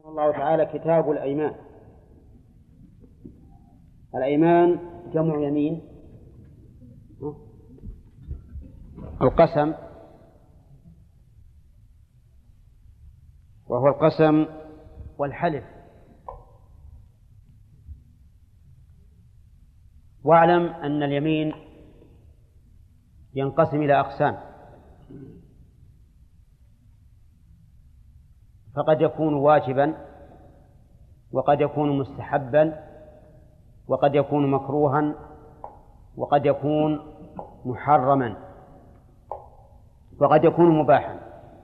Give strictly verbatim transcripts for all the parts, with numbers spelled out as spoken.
الله تعالى كتاب الأيمان. الأيمان جمع يمين. القسم وهو القسم والحلف. واعلم أن اليمين ينقسم إلى أقسام، فقد يكون واجبا، وقد يكون مستحبا، وقد يكون مكروها، وقد يكون محرما، وقد يكون مباحا.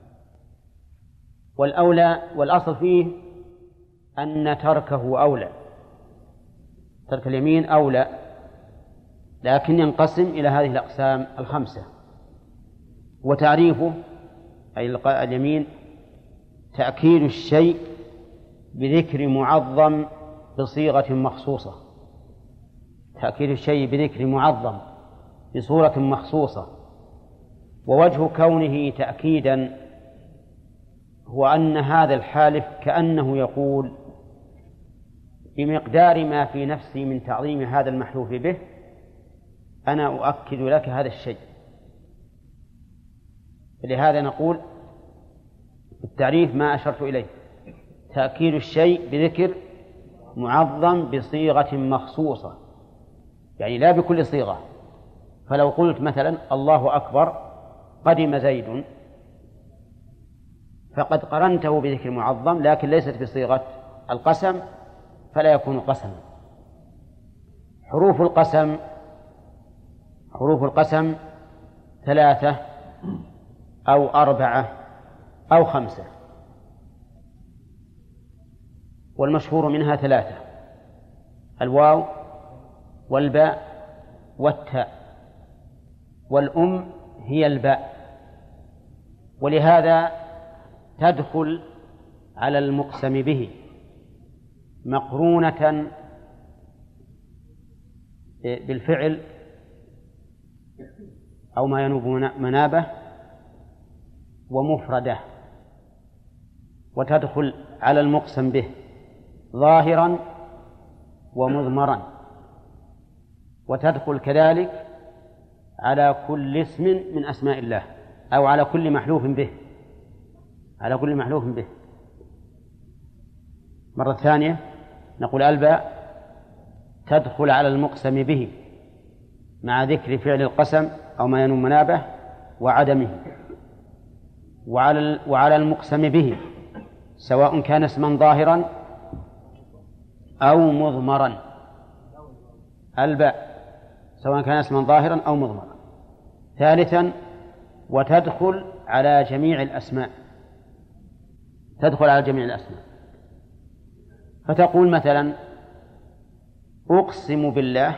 والأولى والأصل فيه أن تركه أولى، ترك اليمين أولى، لكن ينقسم إلى هذه الأقسام الخمسة. وتعريفه أي اليمين تأكيد الشيء بذكر معظم بصيغة مخصوصة، تأكيد الشيء بذكر معظم بصورة مخصوصة. ووجه كونه تأكيدا هو أن هذا الحالف كأنه يقول بمقدار ما في نفسي من تعظيم هذا المحلوف به أنا أؤكد لك هذا الشيء. لهذا نقول التعريف ما أشرت إليه، تأكيد الشيء بذكر معظم بصيغة مخصوصة، يعني لا بكل صيغة. فلو قلت مثلا الله أكبر قدم زيد، فقد قرنته بذكر معظم لكن ليست بصيغة القسم، فلا يكون قسما. حروف القسم حروف القسم ثلاثة أو أربعة أو خمسة، والمشهور منها ثلاثة: الواو والباء والتاء، والأم هي الباء. ولهذا تدخل على المقسم به مقرونة بالفعل أو ما ينوب منابه ومفردة، وتدخل على المقسم به ظاهرا ومضمرا، وتدخل كذلك على كل اسم من أسماء الله أو على كل محلوف به على كل محلوف به. مرة ثانية نقول الباء تدخل على المقسم به مع ذكر فعل القسم أو ما ينوب منابه وعدمه، وعلى وعلى المقسم به سواء كان اسما ظاهرا أو مضمرا. الباء سواء كان اسما ظاهرا أو مضمرا. ثالثا وتدخل على جميع الأسماء، تدخل على جميع الأسماء. فتقول مثلا أقسم بالله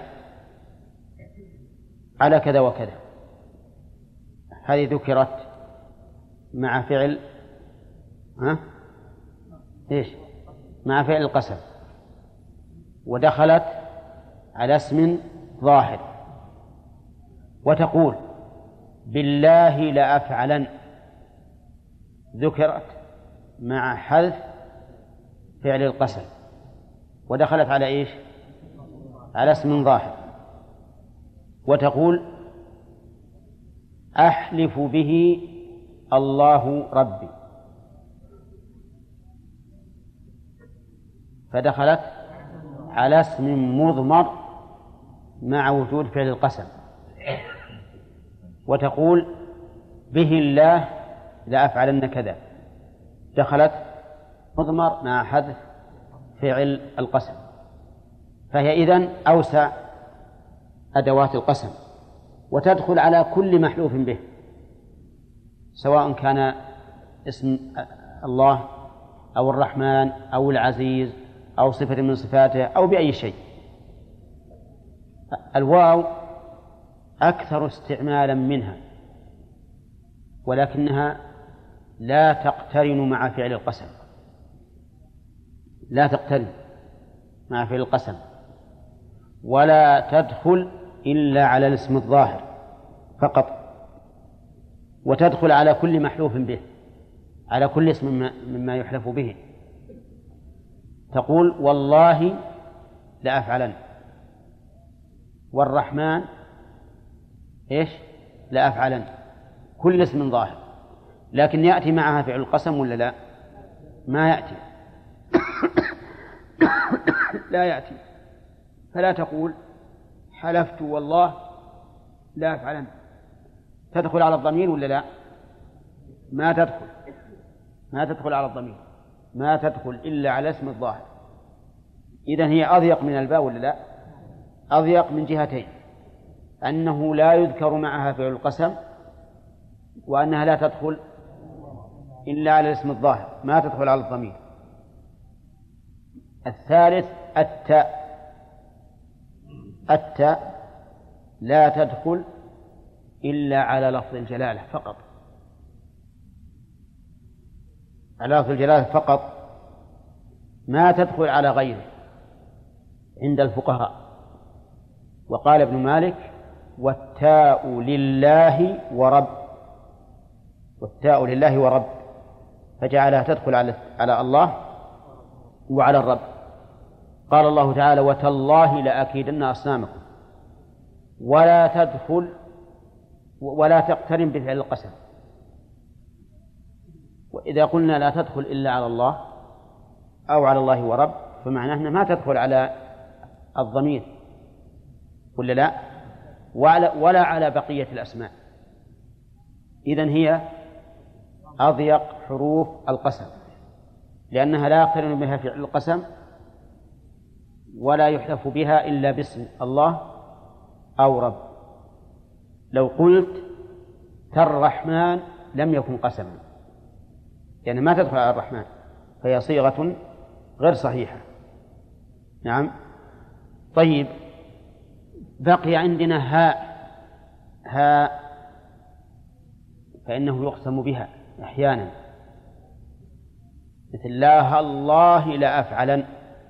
على كذا وكذا، هذه ذكرت مع فعل ها؟ إيش؟ مع فعل القسم، ودخلت على اسم ظاهر. وتقول بالله لأفعلن، ذكرت مع حذف فعل القسم ودخلت على إيش؟ على اسم ظاهر. وتقول أحلف به الله ربي، فدخلت على اسم مضمر مع وجود فعل القسم. وتقول به الله لأفعلن كذا، دخلت مضمر مع حذف فعل القسم. فهي إذن أوسع أدوات القسم، وتدخل على كل محلوف به سواء كان اسم الله أو الرحمن أو العزيز أو صفة من صفاته أو بأي شيء. الواو أكثر استعمالا منها، ولكنها لا تقترن مع فعل القسم، لا تقترن مع فعل القسم، ولا تدخل إلا على الاسم الظاهر فقط، وتدخل على كل محلوف به، على كل اسم مما يحلف به. تقول والله لأفعلن، والرحمن إيش لأفعلن، كل اسم ظاهر، لكن يأتي معها فعل القسم ولا لا؟ ما يأتي لا يأتي. فلا تقول حلفت والله لا أفعلن، تدخل على الضمير ولا لا؟ ما تدخل ما تدخل على الضمير، ما تدخل إلا على اسم الظاهر. إذن هي أضيق من الباء ولا لا؟ أضيق من جهتين، أنه لا يذكر معها فعل القسم، وأنها لا تدخل إلا على الاسم الظاهر، ما تدخل على الضمير. الثالث التاء، التاء لا تدخل إلا على لفظ الجلالة فقط، على لفظ الجلالة فقط، ما تدخل على غيره عند الفقهاء. وقال ابن مالك والتاء لله ورب، والتاء لله ورب، فجعلها تدخل على على الله وعلى الرب. قال الله تعالى وتالله لأكيدن أصنامكم، ولا تدخل ولا تقترن بفعل القسم. وإذا قلنا لا تدخل إلا على الله أو على الله ورب، فمعناه أنها ما تدخل على الضمير ولا لا، ولا على بقية الأسماء. إذن هي أضيق حروف القسم، لأنها لا يقترن بها فعل القسم، ولا يحلف بها إلا باسم الله أو رب. لو قلت كالرحمن لم يكن قسما، يعني ما تدخل على الرحمن، فهي صيغة غير صحيحة. نعم. طيب، بقي عندنا هاء، هاء فإنه يقسم بها أحيانا، مثل لا الله لا أفعلن،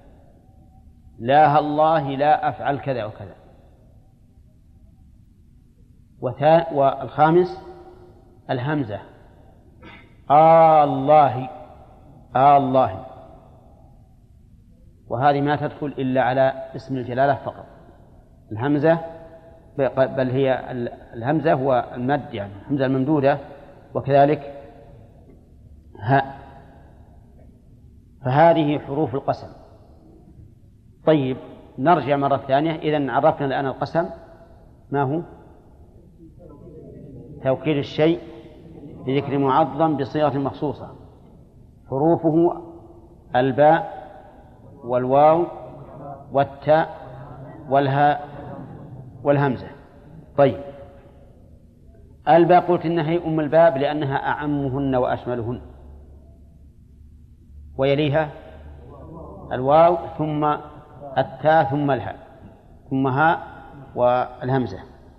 لا الله لا أفعل كذا وكذا. والخامس الهمزة، آه الله، آه الله، وهذه ما تدخل إلا على اسم الجلالة فقط. الهمزة بل هي الهمزة هو المد، يعني الهمزة الممدودة، وكذلك هاء، فهذه حروف القسم. طيب، نرجع مرة ثانية. إذن عرفنا الآن القسم ما هو؟ توكيد الشيء بذكر معظم بصيغة مخصوصة، حروفه الباء والواو والتاء والهاء والهمزة. طيب، الباء قلت إنها هي أم الباب لأنها أعمهن وأشملهن، ويليها الواو ثم التاء ثم الهاء ثم هاء والهمزة.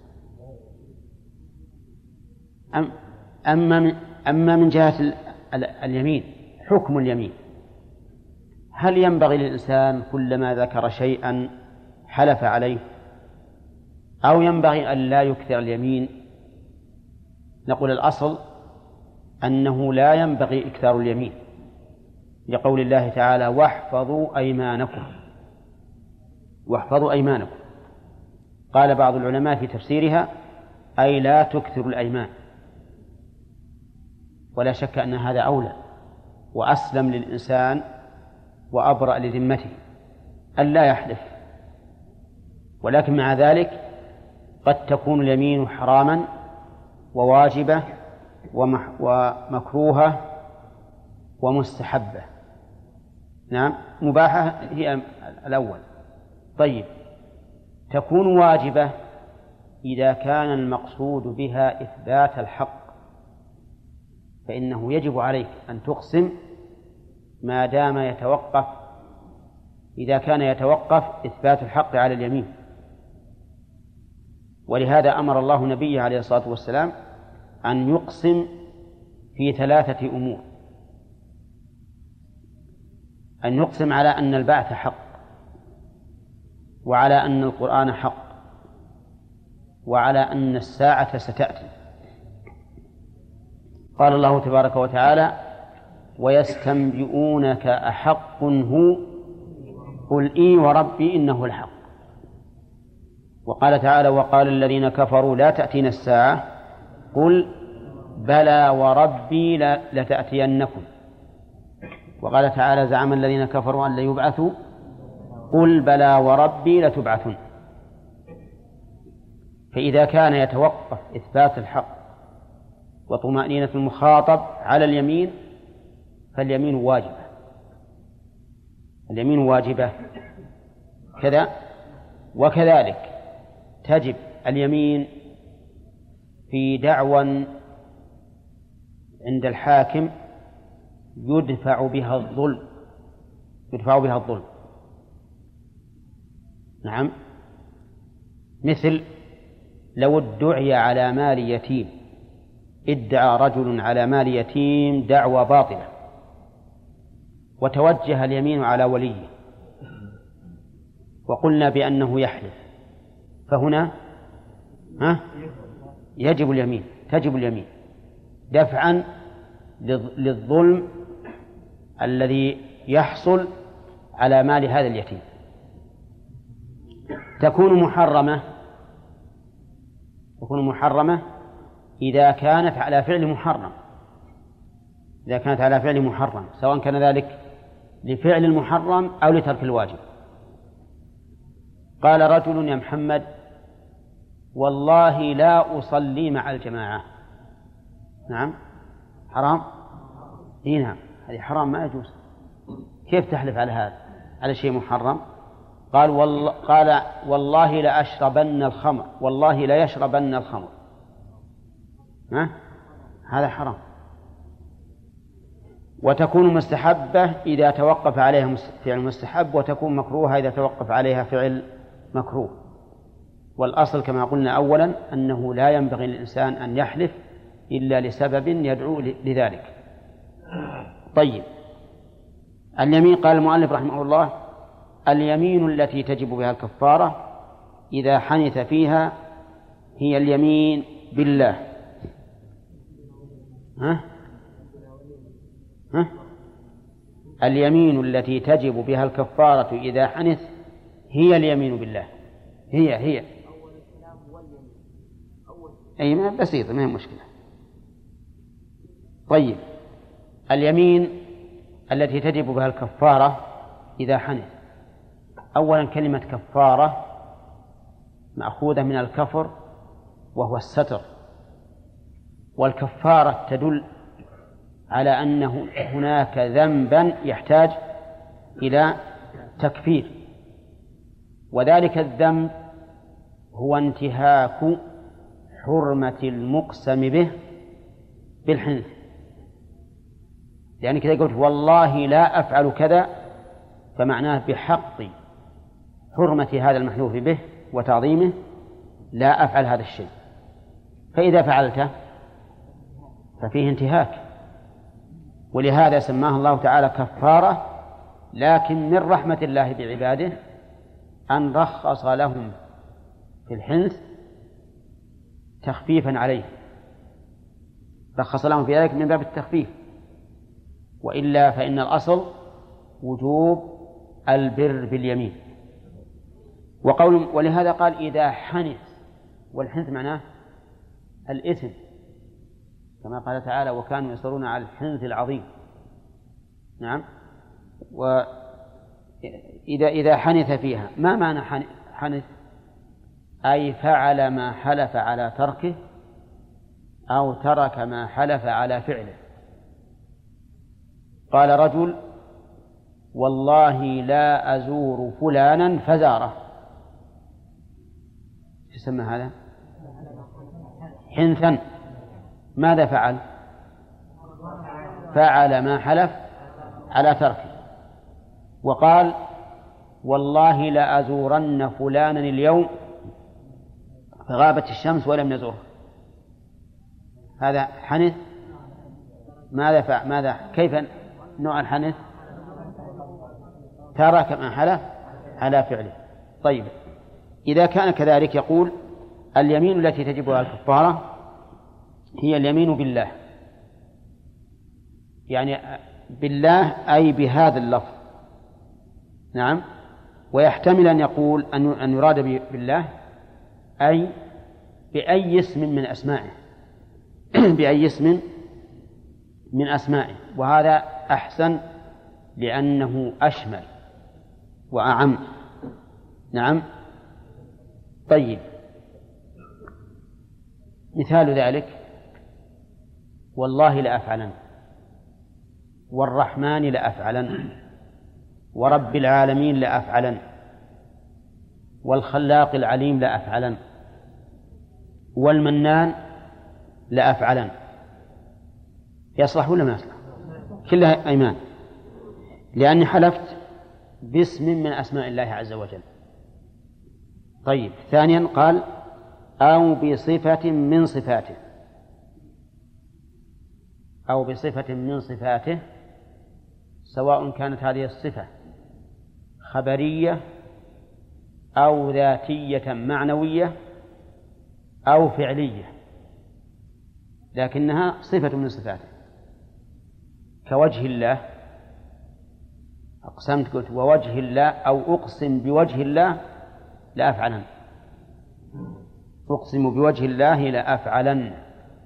أما من أما من جهة اليمين، حكم اليمين، هل ينبغي للإنسان كلما ذكر شيئا حلف عليه، أو ينبغي أن لا يكثر اليمين؟ نقول الأصل أنه لا ينبغي إكثار اليمين، لقول الله تعالى واحفظوا أيمانكم، واحفظوا أيمانكم. قال بعض العلماء في تفسيرها أي لا تكثروا الأيمان، ولا شك أن هذا أولى وأسلم للإنسان وأبرأ لذمته أن لا يحلف. ولكن مع ذلك قد تكون اليمين حراما وواجبة ومكروهة ومستحبة. نعم، مباحة هي الأول. طيب، تكون واجبة إذا كان المقصود بها إثبات الحق، فإنه يجب عليك أن تقسم ما دام يتوقف، إذا كان يتوقف إثبات الحق على اليمين. ولهذا أمر الله نبيه عليه الصلاة والسلام أن يقسم في ثلاثة أمور: أن يقسم على أن البعث حق، وعلى أن القرآن حق، وعلى أن الساعة ستأتي. قال الله تبارك وتعالى ويستنبئونك أحق هو قل إي وربي إنه الحق. وقال تعالى وقال الذين كفروا لا تأتينا الساعة قل بلى وربي لتأتينكم. وقال تعالى زعم الذين كفروا أن لا يبعثوا قل بلى وربي لتبعثن. فإذا كان يتوقف إثبات الحق وطمأنينة المخاطب على اليمين فاليمين واجبة، اليمين واجبة كذا. وكذلك تجب اليمين في دعوى عند الحاكم يدفع بها الظلم، يدفع بها الظلم. نعم، مثل لو ادعي على مال يتيم، ادعى رجل على مال يتيم دعوى باطلة وتوجه اليمين على وليه وقلنا بأنه يحلف، فهنا ها يجب اليمين، تجب اليمين دفعا للظلم الذي يحصل على مال هذا اليتيم. تكون محرمة، تكون محرمة إذا كانت على فعل محرم، إذا كانت على فعل محرم سواء كان ذلك لفعل المحرم أو لترك الواجب. قال رجل يا محمد والله لا أصلي مع الجماعة. نعم حرام؟ إيه نعم، هذه حرام ما يجوز. كيف تحلف على هذا على شيء محرم؟ قال والله, قال والله لا أشربن الخمر، والله لا يشربن الخمر. ها؟ هذا حرام. وتكون مستحبة إذا توقف عليها فعل مستحب، وتكون مكروهة إذا توقف عليها فعل مكروه. والأصل كما قلنا أولا أنه لا ينبغي للإنسان أن يحلف إلا لسبب يدعو لذلك. طيب، اليمين قال المؤلف رحمه الله اليمين التي تجب بها الكفارة إذا حنث فيها هي اليمين بالله. ها؟ ها؟ اليمين التي تجب بها الكفارة إذا حنث هي اليمين بالله، هي هي أي ما بسيطة، ما هي مشكلة. طيب، اليمين التي تجب بها الكفارة إذا حنث، أولا كلمة كفارة مأخوذة من الكفر وهو الستر، والكفارة تدل على أنه هناك ذنبا يحتاج إلى تكفير، وذلك الذنب هو انتهاك حرمة المقسم به بالحنث. يعني كذا قلت والله لا أفعل كذا، فمعناه بحق حرمة هذا المحلوف به وتعظيمه لا أفعل هذا الشيء، فإذا فعلته ففيه انتهاك، ولهذا سماه الله تعالى كفارة. لكن من رحمة الله بعباده أن رخص لهم في الحنث تخفيفا عليه، رخص لهم في ذلك من باب التخفيف، وإلا فإن الأصل وجوب البر باليمين. وقول ولهذا قال إذا حنث، والحنث معناه الإثم، كما قال تعالى وكانوا يصرون على الحنث العظيم. نعم. وإذا إذا حنث فيها، ما معنى حنث؟ أي فعل ما حلف على تركه أو ترك ما حلف على فعله. قال رجل والله لا أزور فلانا فزاره، يسمى هذا حنثا. ماذا فعل؟ فعل ما حلف على تركه. وقال والله لا أزورن فلانا اليوم فغابت الشمس ولم نزوره، هذا حنث. ماذا فعل؟ ماذا كيف نوع الحنث؟ ترك ما حلف على فعله. طيب، إذا كان كذلك يقول اليمين التي تجب على الكفارة هي اليمين بالله، يعني بالله أي بهذا اللفظ. نعم، ويحتمل أن يقول أن يراد بالله أي بأي اسم من أسمائه بأي اسم من أسمائه، وهذا أحسن لأنه أشمل وأعم. نعم. طيب، مثال ذلك: والله لأفعلن، والرحمن لأفعلن، ورب العالمين لأفعلن، والخلاق العليم لأفعلن، والمنان لأفعلن. يصلح ولا ما يصلح؟ كلها أيمان، لأني حلفت باسم من أسماء الله عز وجل. طيب، ثانيا قال: أو بصفة من صفاته، أو بصفة من صفاته، سواء كانت هذه الصفة خبرية أو ذاتية معنوية أو فعلية، لكنها صفة من صفاته، كوجه الله. أقسمت قلت ووجه الله، أو أقسم بوجه الله لأفعلن، أقسم بوجه الله لأفعلن،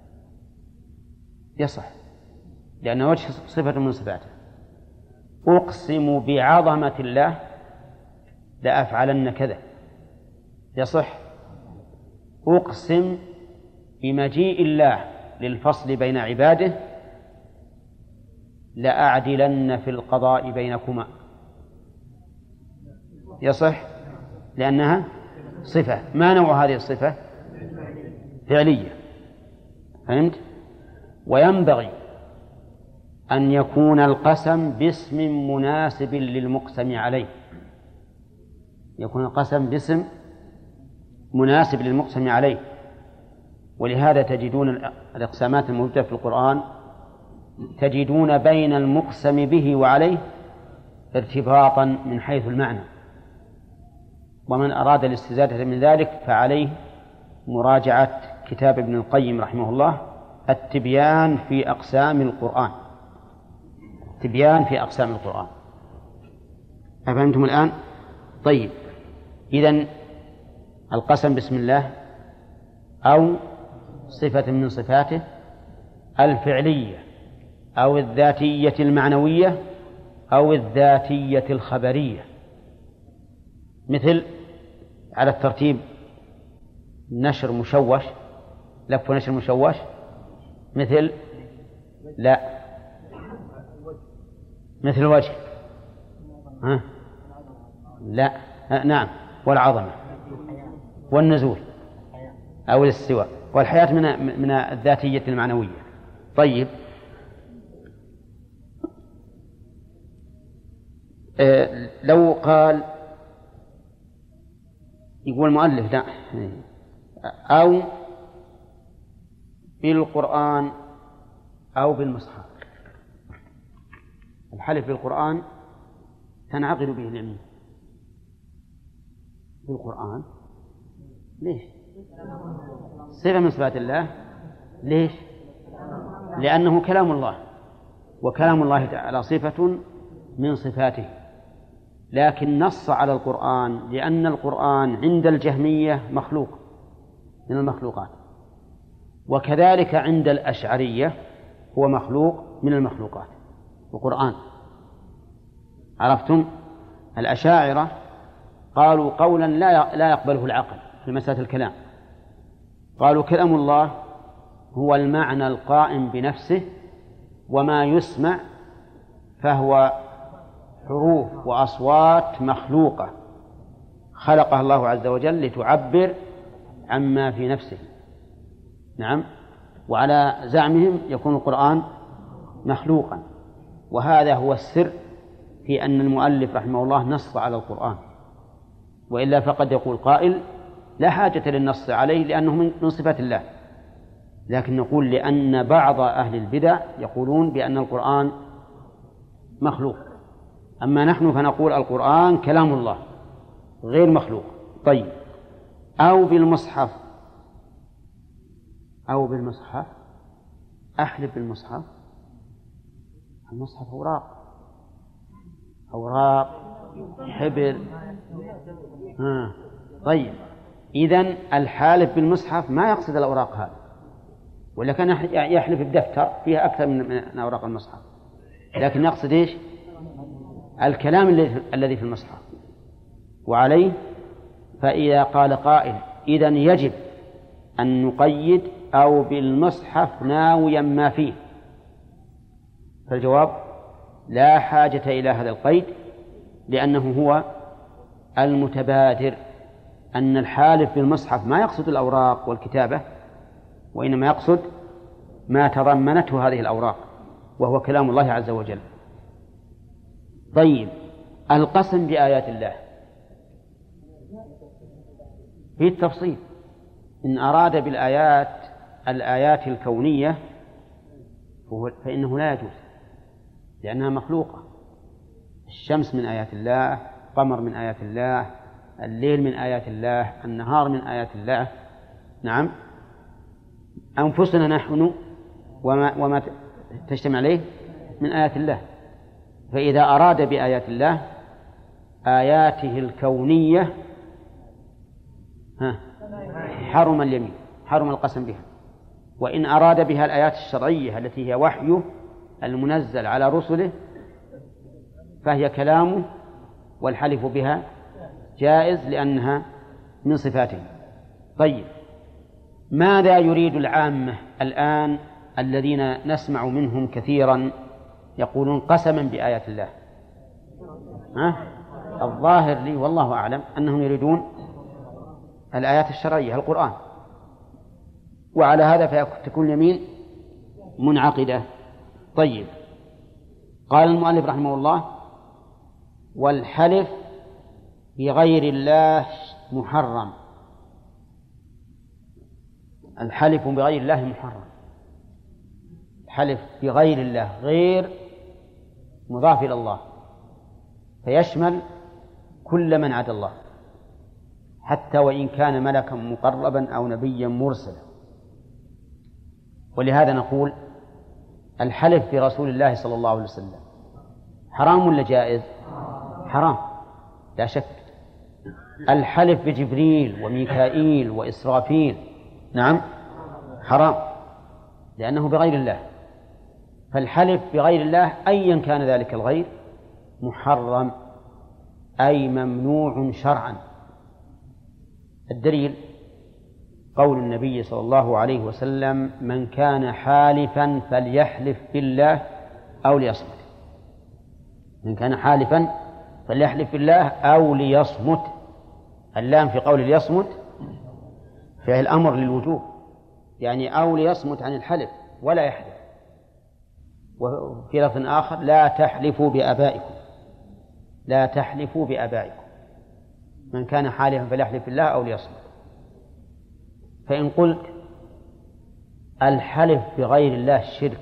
يصح لأن وجه صفة من صفاته. أقسم بعظمة الله لأفعلن كذا، يصح. أقسم بمجيء الله للفصل بين عباده لأعدلن في القضاء بينكما، يصح لأنها صفة. ما نوع هذه الصفة؟ فعلية، فهمت؟ وينبغي أن يكون القسم باسم مناسب للمقسم عليه، يكون القسم باسم مناسب للمقسم عليه. ولهذا تجدون الإقسامات الموجودة في القرآن تجدون بين المقسم به وعليه ارتباطا من حيث المعنى، ومن أراد الاستزادة من ذلك فعليه مراجعة كتاب ابن القيم رحمه الله التبيان في أقسام القرآن، تبيان في أقسام القرآن. أفهمتم الآن؟ طيب، إذن القسم بسم الله أو صفة من صفاته الفعلية أو الذاتية المعنوية أو الذاتية الخبرية، مثل على الترتيب: نشر مشوش، لف نشر مشوش، مثل لا، مثل الوجه، ها؟ لا، ها؟ نعم، والعظمة والنزول أو الاستواء، والحياة من من الذاتية المعنوية. طيب، آه لو قال، يقول المؤلف لا، أو بالقرآن أو بالمصحف. الحلف بالقرآن تنعقد به اليمين. بالقرآن ليش؟ صفة من صفات الله. ليش؟ لأنه كلام الله، وكلام الله تعالى صفة من صفاته، لكن نص على القرآن لأن القرآن عند الجهمية مخلوق من المخلوقات، وكذلك عند الأشعرية هو مخلوق من المخلوقات القرآن. عرفتم؟ الأشاعرة قالوا قولا لا يقبله العقل في مسألة الكلام، قالوا كلام الله هو المعنى القائم بنفسه، وما يسمع فهو حروف وأصوات مخلوقة خلقها الله عز وجل لتعبر عما في نفسه. نعم، وعلى زعمهم يكون القرآن مخلوقا، وهذا هو السر في أن المؤلف رحمه الله نص على القرآن، وإلا فقد يقول قائل لا حاجة للنص عليه لأنه من صفات الله، لكن نقول لأن بعض أهل البدع يقولون بأن القرآن مخلوق، أما نحن فنقول القرآن كلام الله غير مخلوق. طيب، أو بالمصحف، أو بالمصحف، أحلف بالمصحف. المصحف أوراق، أوراق حبر آه. طيب إذن الحالف بالمصحف ما يقصد الأوراق هذه، ولا كان يحلف بدفتر فيها أكثر من أوراق المصحف، لكن يقصد إيش؟ الكلام الذي في المصحف. وعليه فإذا قال قائل إذن يجب أن نقيد أو بالمصحف ناويا ما فيه، فالجواب لا حاجة إلى هذا القيد، لأنه هو المتبادر أن الحالف بالمصحف ما يقصد الأوراق والكتابة، وإنما يقصد ما تضمنته هذه الأوراق وهو كلام الله عز وجل. طيب القسم بآيات الله في التفصيل، إن أراد بالآيات الآيات الكونية فإنه لا يجوز، لأنها مخلوقة. الشمس من آيات الله، القمر من آيات الله، الليل من آيات الله، النهار من آيات الله. نعم، أنفسنا نحن وما, وما تجتمع عليه من آيات الله. فإذا أراد بآيات الله آياته الكونية ها حرم اليمين، حرم القسم بها. وإن أراد بها الآيات الشرعية التي هي وحيه المنزل على رسله فهي كلامه، والحلف بها جائز لأنها من صفاته. طيب ماذا يريد العامة الآن الذين نسمع منهم كثيرا يقولون قسما بآيات الله؟ ها؟ الظاهر لي والله أعلم أنهم يريدون الآيات الشرعية القرآن، وعلى هذا فتكون اليمين منعقدة. طيب قال المؤلف رحمه الله والحلف بغير الله محرم. الحلف بغير الله محرم. الحلف بغير الله غير مضاف إلى الله، فيشمل كل من عدا الله، حتى وإن كان ملكا مقربا أو نبيا مرسلا. ولهذا نقول الحلف برسول الله صلى الله عليه وسلم حرام ولا جائز؟ حرام لا شك. الحلف بجبريل وميكائيل وإسرافيل نعم حرام، لأنه بغير الله. فالحلف بغير الله أيا كان ذلك الغير محرم، أي ممنوع شرعا. الدليل قول النبي صلى الله عليه وسلم من كان حالفا فليحلف بالله أو ليصمت. من كان حالفا فليحلف بالله أو ليصمت. اللام في قول ليصمت فعل الأمر للوجوب، يعني أو ليصمت عن الحلف ولا يحلف. وفي لفظ آخر لا تحلفوا بآبائكم، لا تحلفوا بآبائكم. من كان حالفا فليحلف بالله أو ليصمت. فإن قلت الحلف بغير الله شرك،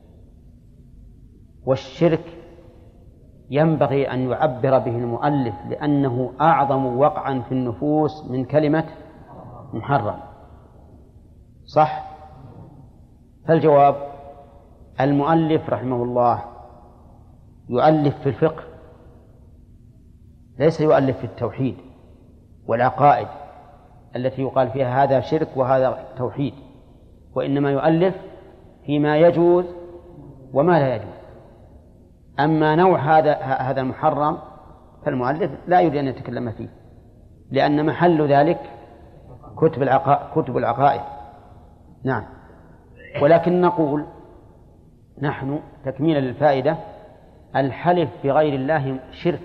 والشرك ينبغي أن يعبر به المؤلف لأنه أعظم وقعا في النفوس من كلمة محرم، صح؟ فالجواب المؤلف رحمه الله يؤلف في الفقه، ليس يؤلف في التوحيد والعقائد التي يقال فيها هذا شرك وهذا توحيد، وإنما يؤلف فيما يجوز وما لا يجوز. أما نوع هذا هذا المحرم فالمؤلف لا يريد أن يتكلم فيه، لأن محل ذلك كتب العقائد, كتب العقائد. نعم. ولكن نقول نحن تكميلا للفائدة الحلف بغير الله شرك،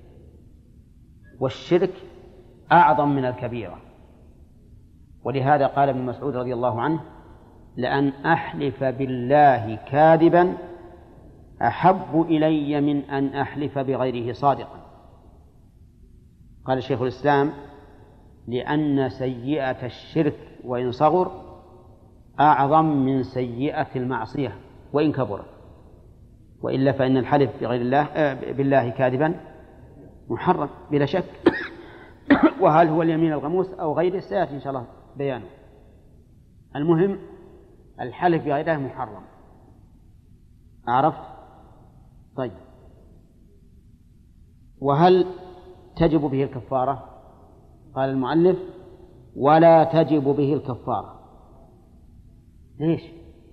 والشرك أعظم من الكبيرة. ولهذا قال ابن مسعود رضي الله عنه لأن أحلف بالله كاذبا أحب إلي من أن أحلف بغيره صادقا. قال شيخ الإسلام لأن سيئة الشرك وإن صغر أعظم من سيئة المعصية وإن كبرت، وإلا فإن الحلف بغير الله آه بالله كاذبا محرم بلا شك. وهل هو اليمين الغموس أو غيره سيأتي إن شاء الله بيانه. المهم الحلف بغير الله محرم. عرفت؟ طيب وهل تجب به الكفارة؟ قال المؤلف ولا تجب به الكفارة. ليش؟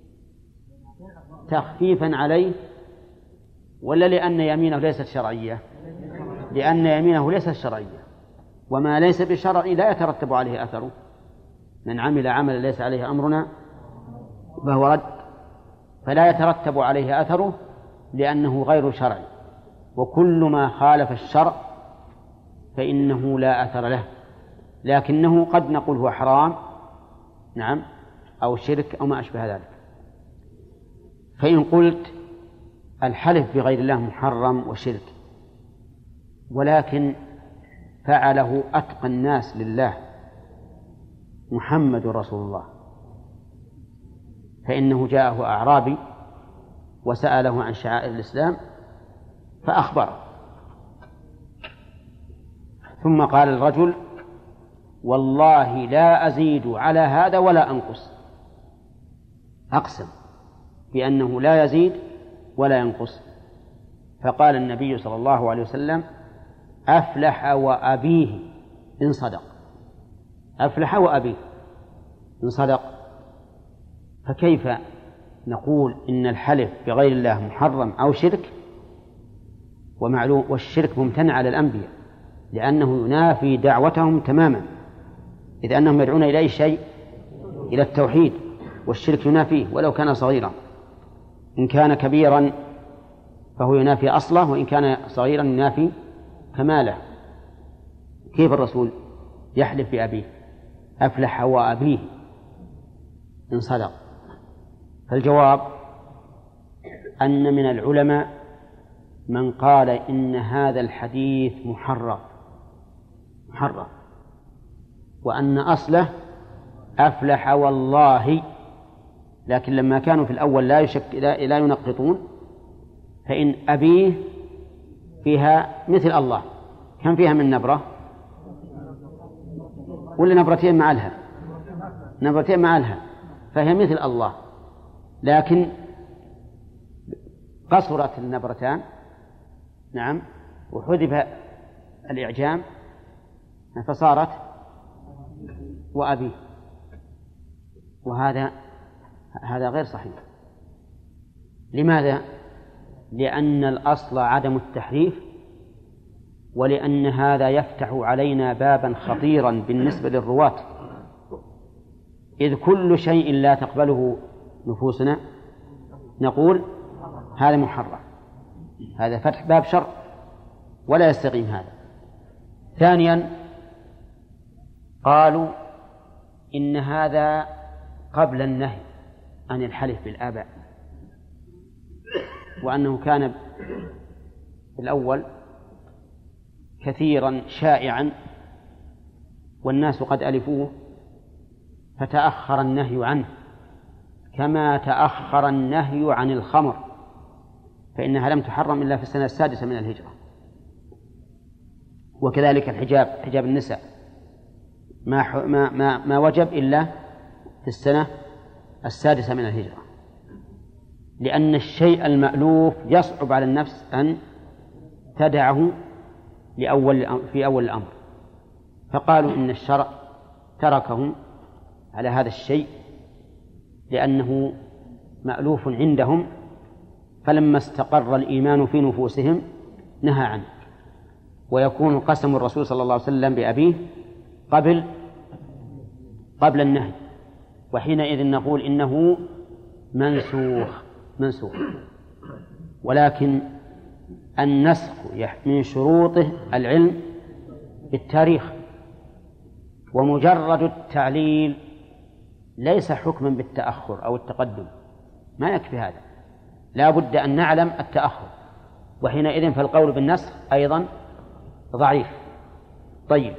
تخفيفا عليه ولا لأن يمينه ليست شرعية؟ لأن يمينه ليست شرعية، وما ليس بشرعي لا يترتب عليه أثره. من عمل عملا ليس عليه أمرنا فهو رد، فلا يترتب عليه أثره لأنه غير شرعي، وكل ما خالف الشرع فإنه لا أثر له، لكنه قد نقول هو حرام نعم أو شرك أو ما أشبه ذلك. فإن قلت الحلف بغير الله محرم وشرك، ولكن فعله أتقى الناس لله محمد رسول الله، فإنه جاءه أعرابي وسأله عن شعائر الإسلام فأخبره، ثم قال الرجل والله لا أزيد على هذا ولا أنقص، أقسم بأنه لا يزيد ولا ينقص. فقال النبي صلى الله عليه وسلم أفلح وأبيه إن صدق، أفلح وأبيه إن صدق. فكيف نقول إن الحلف بغير الله محرم أو شرك، ومعلوم والشرك ممتنع على الأنبياء لأنه ينافي دعوتهم تماما، إذ أنهم يدعون إلى أي شيء؟ إلى التوحيد، والشرك ينافيه ولو كان صغيرا، إن كان كبيرا فهو ينافي أصله، وإن كان صغيرا ينافي كماله. كيف الرسول يحلف بأبيه؟ أفلح وأبيه إن صدق. فالجواب أن من العلماء من قال إن هذا الحديث محرم محرم وأن أصله أفلح والله، لكن لما كانوا في الأول لا يشك لا ينقطون، فإن أبيه فيها مثل الله، كم فيها من نبرة ولا نبرتين مع الها؟ نبرتين مع الها، فهي مثل الله، لكن قصرت النبرتان نعم وحذف الإعجام فصارت وأبيه، وهذا هذا غير صحيح. لماذا؟ لأن الأصل عدم التحريف، ولأن هذا يفتح علينا بابا خطيرا بالنسبة للرواة، إذ كل شيء لا تقبله نفوسنا نقول هذا محرم، هذا فتح باب شر ولا يستقيم هذا. ثانيا قالوا إن هذا قبل النهي عن الحلف بالآباء، وأنه كان في الأول كثيرا شائعا والناس قد ألفوه فتأخر النهي عنه، كما تأخر النهي عن الخمر، فإنها لم تحرم إلا في السنة السادسة من الهجرة، وكذلك الحجاب، حجاب النساء ما ما ما, ما وجب إلا في السنة السادسة من الهجرة، لأن الشيء المألوف يصعب على النفس أن تدعه لأول في أول الأمر، فقالوا إن الشرع تركهم على هذا الشيء لأنه مألوف عندهم، فلما استقر الإيمان في نفوسهم نهى عنه. ويكون قسم الرسول صلى الله عليه وسلم بأبيه قبل قبل النهي، وحينئذ نقول إنه منسوخ منسوخ. ولكن النسخ من شروطه العلم بالتاريخ، ومجرد التعليل ليس حكما بالتأخر أو التقدم، ما يكفي هذا، لا بد أن نعلم التأخر، وحينئذ فالقول بالنسخ أيضا ضعيف. طيب،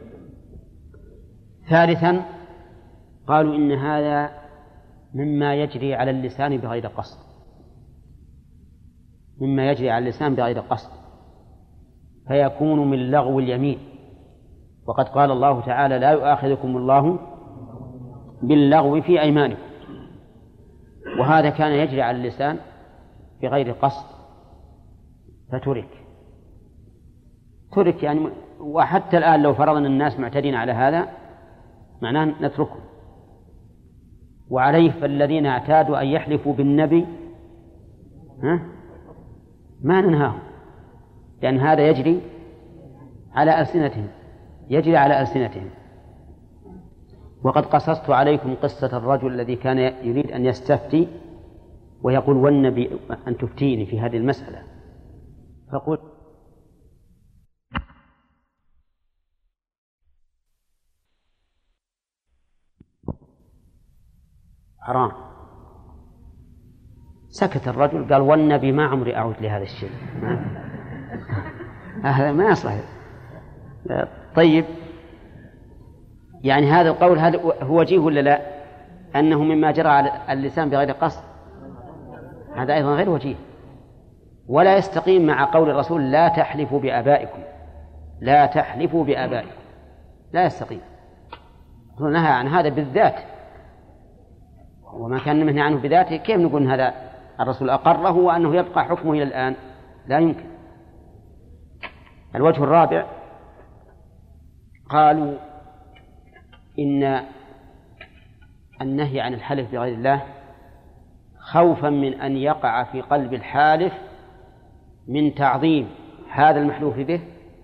ثالثا قالوا إن هذا مما يجري على اللسان بغير قصد، مما يجري على اللسان بغير قصد، فيكون من لغو اليمين، وقد قال الله تعالى لا يؤاخذكم الله باللغو في أيمانكم، وهذا كان يجري على اللسان بغير قصد فترك. ترك يعني. وحتى الآن لو فرضنا الناس معتدين على هذا معناه نتركه. وعليه فالذين اعتادوا أن يحلفوا بالنبي ها ما ننهاهم، لأن هذا يجري على ألسنتهم يجري على ألسنتهم. وقد قصصت عليكم قصة الرجل الذي كان يريد أن يستفتي ويقول والنبي أن تفتيني في هذه المسألة، فقلت حرام. سكت الرجل قال والنبي ما عمري أعود لهذا الشيء. هذا ما يصلح. طيب يعني هذا القول هذا هو وجيه ولا لا؟ أنه مما جرى على اللسان بغير قصد، هذا أيضا غير وجيه. ولا يستقيم مع قول الرسول لا تحلفوا بآبائكم، لا تحلفوا بآبائكم، لا يستقيم. نهى عن هذا بالذات، وما كان منهي عنه بذاته كيف نقول هذا الرسول أقره وأنه يبقى حكمه إلى الآن؟ لا يمكن. الوجه الرابع قالوا إن النهي عن الحلف بغير الله خوفا من أن يقع في قلب الحالف من تعظيم هذا المحلوف به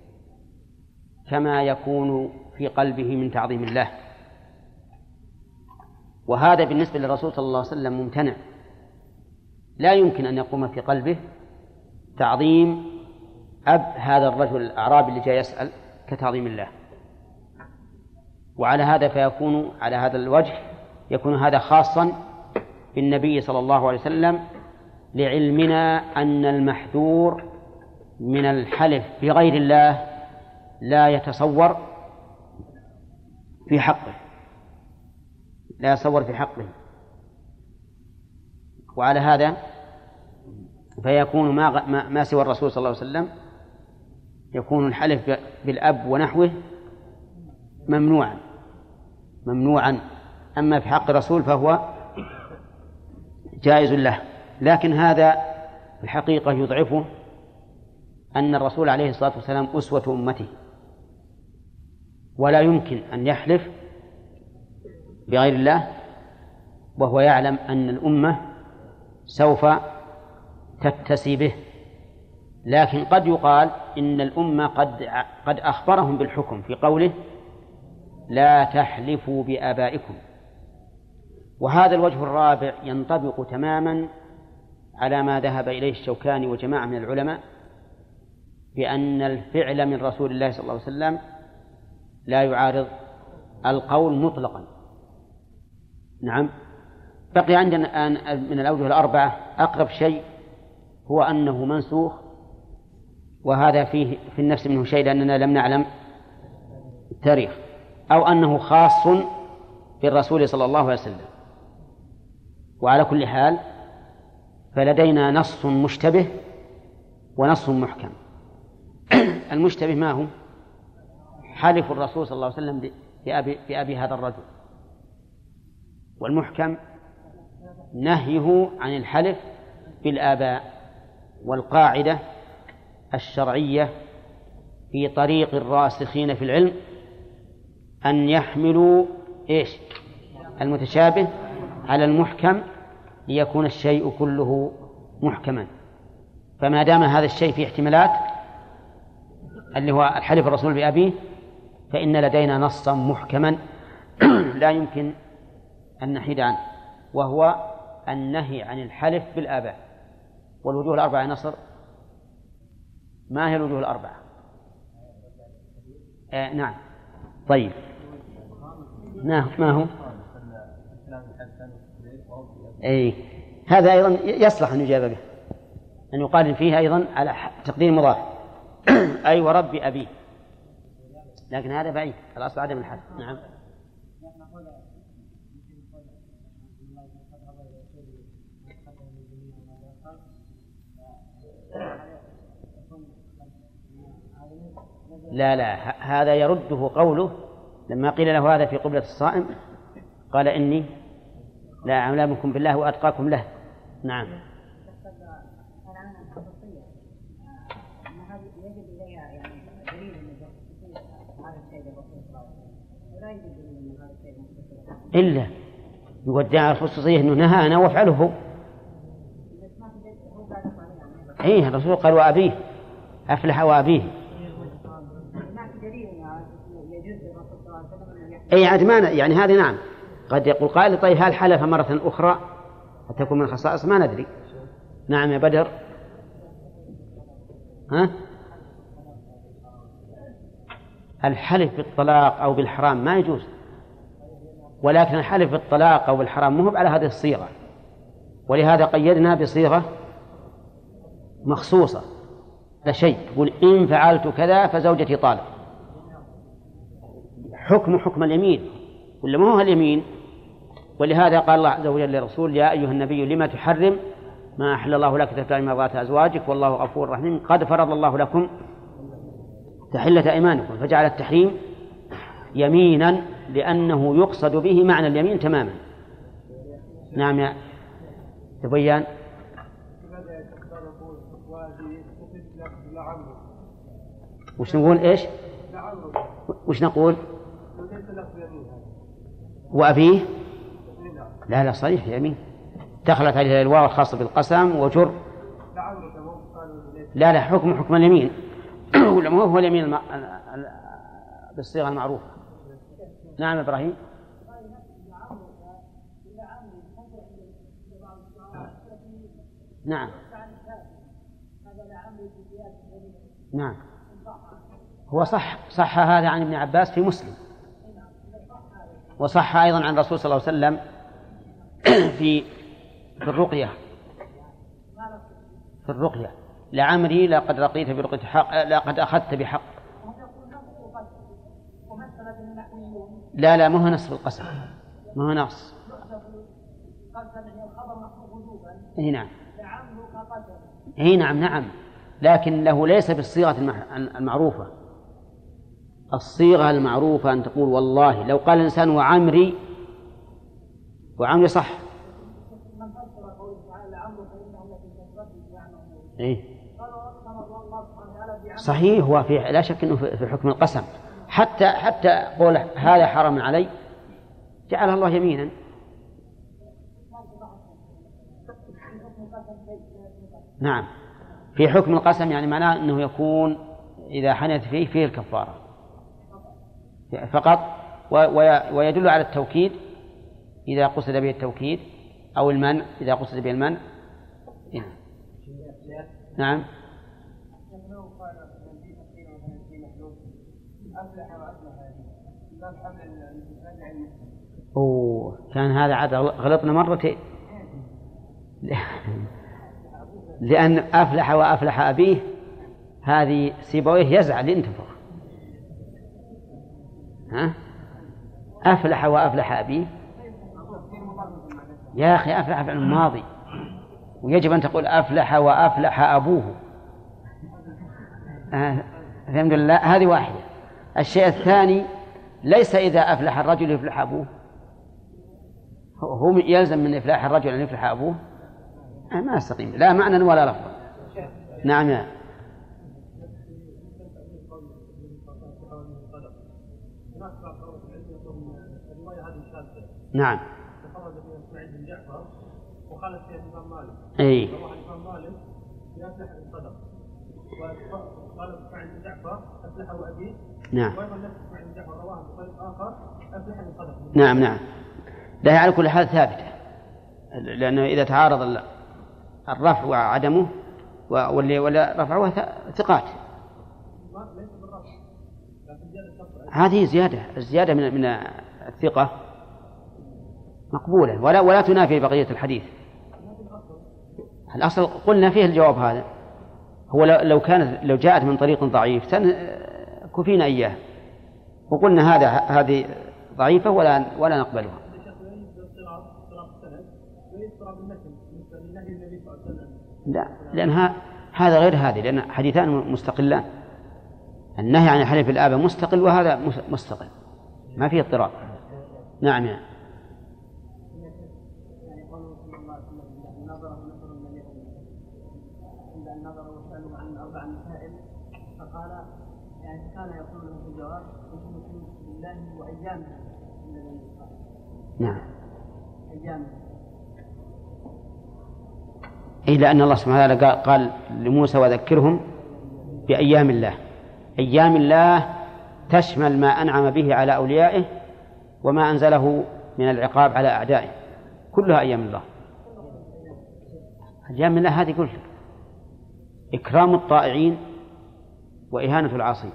كما يكون في قلبه من تعظيم الله. وهذا بالنسبة للرسول صلى الله عليه وسلم ممتنع، لا يمكن أن يقوم في قلبه تعظيم أب هذا الرجل الأعرابي اللي جاء يسأل كتعظيم الله. وعلى هذا فيكون على هذا الوجه يكون هذا خاصا بالنبي صلى الله عليه وسلم، لعلمنا أن المحذور من الحلف بغير الله لا يتصور في حقه لا يتصور في حقه. وعلى هذا فيكون ما, ما, ما سوى الرسول صلى الله عليه وسلم يكون الحلف بالأب ونحوه ممنوعا ممنوعا أما في حق الرسول فهو جائز له. لكن هذا في الحقيقة يضعفه أن الرسول عليه الصلاة والسلام أسوة أمته، ولا يمكن أن يحلف بغير الله وهو يعلم أن الأمة سوف تتسي به. لكن قد يقال إن الأمة قد قد أخبرهم بالحكم في قوله لا تحلفوا بآبائكم. وهذا الوجه الرابع ينطبق تماما على ما ذهب إليه الشوكاني وجماعة من العلماء بأن الفعل من رسول الله صلى الله عليه وسلم لا يعارض القول مطلقا. نعم. بقي عندنا الآن من الأوجه الأربعة أقرب شيء هو أنه منسوخ، وهذا فيه في النفس منه شيء لأننا لم نعلم التاريخ، أو أنه خاص بالرسول صلى الله عليه وسلم. وعلى كل حال فلدينا نص مشتبه ونص محكم. المشتبه ما هو؟ حلف الرسول صلى الله عليه وسلم بأبي, بأبي هذا الرجل. والمحكم نهيه عن الحلف بالآباء. والقاعدة الشرعية في طريق الراسخين في العلم أن يحملوا إيش؟ المتشابه على المحكم ليكون الشيء كله محكما. فما دام هذا الشيء في احتمالات اللي هو الحلف الرسول بأبيه فإن لدينا نصا محكما لا يمكن أن نحيد عنه، وهو النهي عن الحلف بالآباء. والوجوه الأربعة نصر، ما هي الوجوه الأربعة؟ آه نعم. طيب ما هو؟ أي هذا أيضا يصلح أن يجاب به، أن يقال فيه أيضا على تقدير مضاف أي ورب أبيه، لكن هذا بعيد، الأصل عدم الحلف. نعم. لا لا هذا يرده قوله لما قيل له هذا في قبلة الصائم قال إني لا أعلمكم بالله وأتقاكم له. نعم. إلا يودع الخصوصية أنه نهى أنا وافعله. إيه الرسول قال وأبيه أفلح وأبيه. أي عدمان يعني هذه نعم. قد يقول قائل طيب هل حلف مرة أخرى حتى تكون من الخصائص ما ندري. نعم يا بدر. ها؟ الحلف بالطلاق أو بالحرام ما يجوز، ولكن الحلف بالطلاق أو بالحرام مو على هذه الصيغة، ولهذا قيدنا بصيغة مخصوصة لا شيء. يقول إن فعلت كذا فزوجتي طالق، حكم حكم اليمين ولا ما هو اليمين. ولهذا قال الله عز وجل للرسول يا أيها النبي لما تحرم ما أحل الله لك تبتغي مرضات أزواجك والله غفور رحيم قد فرض الله لكم تحلة أيمانكم. فجعل التحريم يمينا لأنه يقصد به معنى اليمين تماما. نعم يا تبين. وش نقول إيش وش نقول وأبيه لا لا صريح يمين دخلت عليه الواو الخاصة بالقسم وجر. لا لا حكم حكم اليمين ولا ما هو اليمين الم... بالصيغة المعروفة. نعم إبراهيم. نعم نعم هو صح صح هذا عن ابن عباس في مسلم، وصح أيضا عن الرسول صلى الله عليه وسلم في في الرقية في الرقية لعمري لقد رقيت برقية حق لقد أخذت بحق. لا لا ما هو نص في القسم ما هو نص. اي نعم اي نعم نعم لكن له ليس بالصيغة المعروفة. الصيغة المعروفة أن تقول والله لو قال الإنسان وعمري وعمري صح. إيه؟ صحيح هو في لا شك أنه في حكم القسم حتى حتى قول هذا حرام علي جعل الله يمينا. نعم في حكم القسم يعني معناه أنه يكون إذا حنث فيه فيه الكفارة فقط، ويدل على التوكيد إذا قصد به التوكيد أو المنع إذا قصد به المنع. نعم أوه كان هذا عاد غلطنا مرتين لأن أفلح وأفلح أبيه هذه سيبويه يزعل ينتفخ. ها أفلح وأفلح أبيه يا أخي أفلح فعل ماضي ويجب أن تقول أفلح وأفلح أبوه. آه الحمد لله هذه واحدة. الشيء الثاني ليس إذا أفلح الرجل يفلح أبوه، هو يلزم من إفلاح الرجل أن يفلح أبوه آه ما استقيم لا معنى ولا لفظ. نعم يا نعم وقالت فيها الإمام مالك أي الإمام مالك يفلح الصدق وقال عند جعفر أفلحه أبيه. نعم وأيضا نفس عند جعفر رواه بطريق آخر أفلح الصدق. نعم نعم لا على كل حال ثابتة لأنه إذا تعارض الرفع وعدمه واللي ولا رفعه ثقات هذه زيادة الزيادة من من الثقة مقبولة ولا ولا تنافي بقية الحديث. الأصل قلنا فيه الجواب هذا هو لو كانت لو جاءت من طريق ضعيف كفينا إياه وقلنا هذا هذه ضعيفة ولا ولا نقبلها. لا لأن هذا غير هذه لأن حديثان مستقلان. النهي عن حلف الآبة مستقل وهذا مستقل ما فيه اضطراب. نعم يعني. كان يقول له في الجواب يشرك بالله وأيامه. نعم. أيامه. إيه لأن الله سبحانه وتعالى قال لموسى وذكرهم بأيام الله. أيام الله تشمل ما أنعم به على أوليائه وما أنزله من العقاب على أعدائه، كلها أيام الله. أيام الله هذه كلها إكرام الطائعين وإهانة العاصين.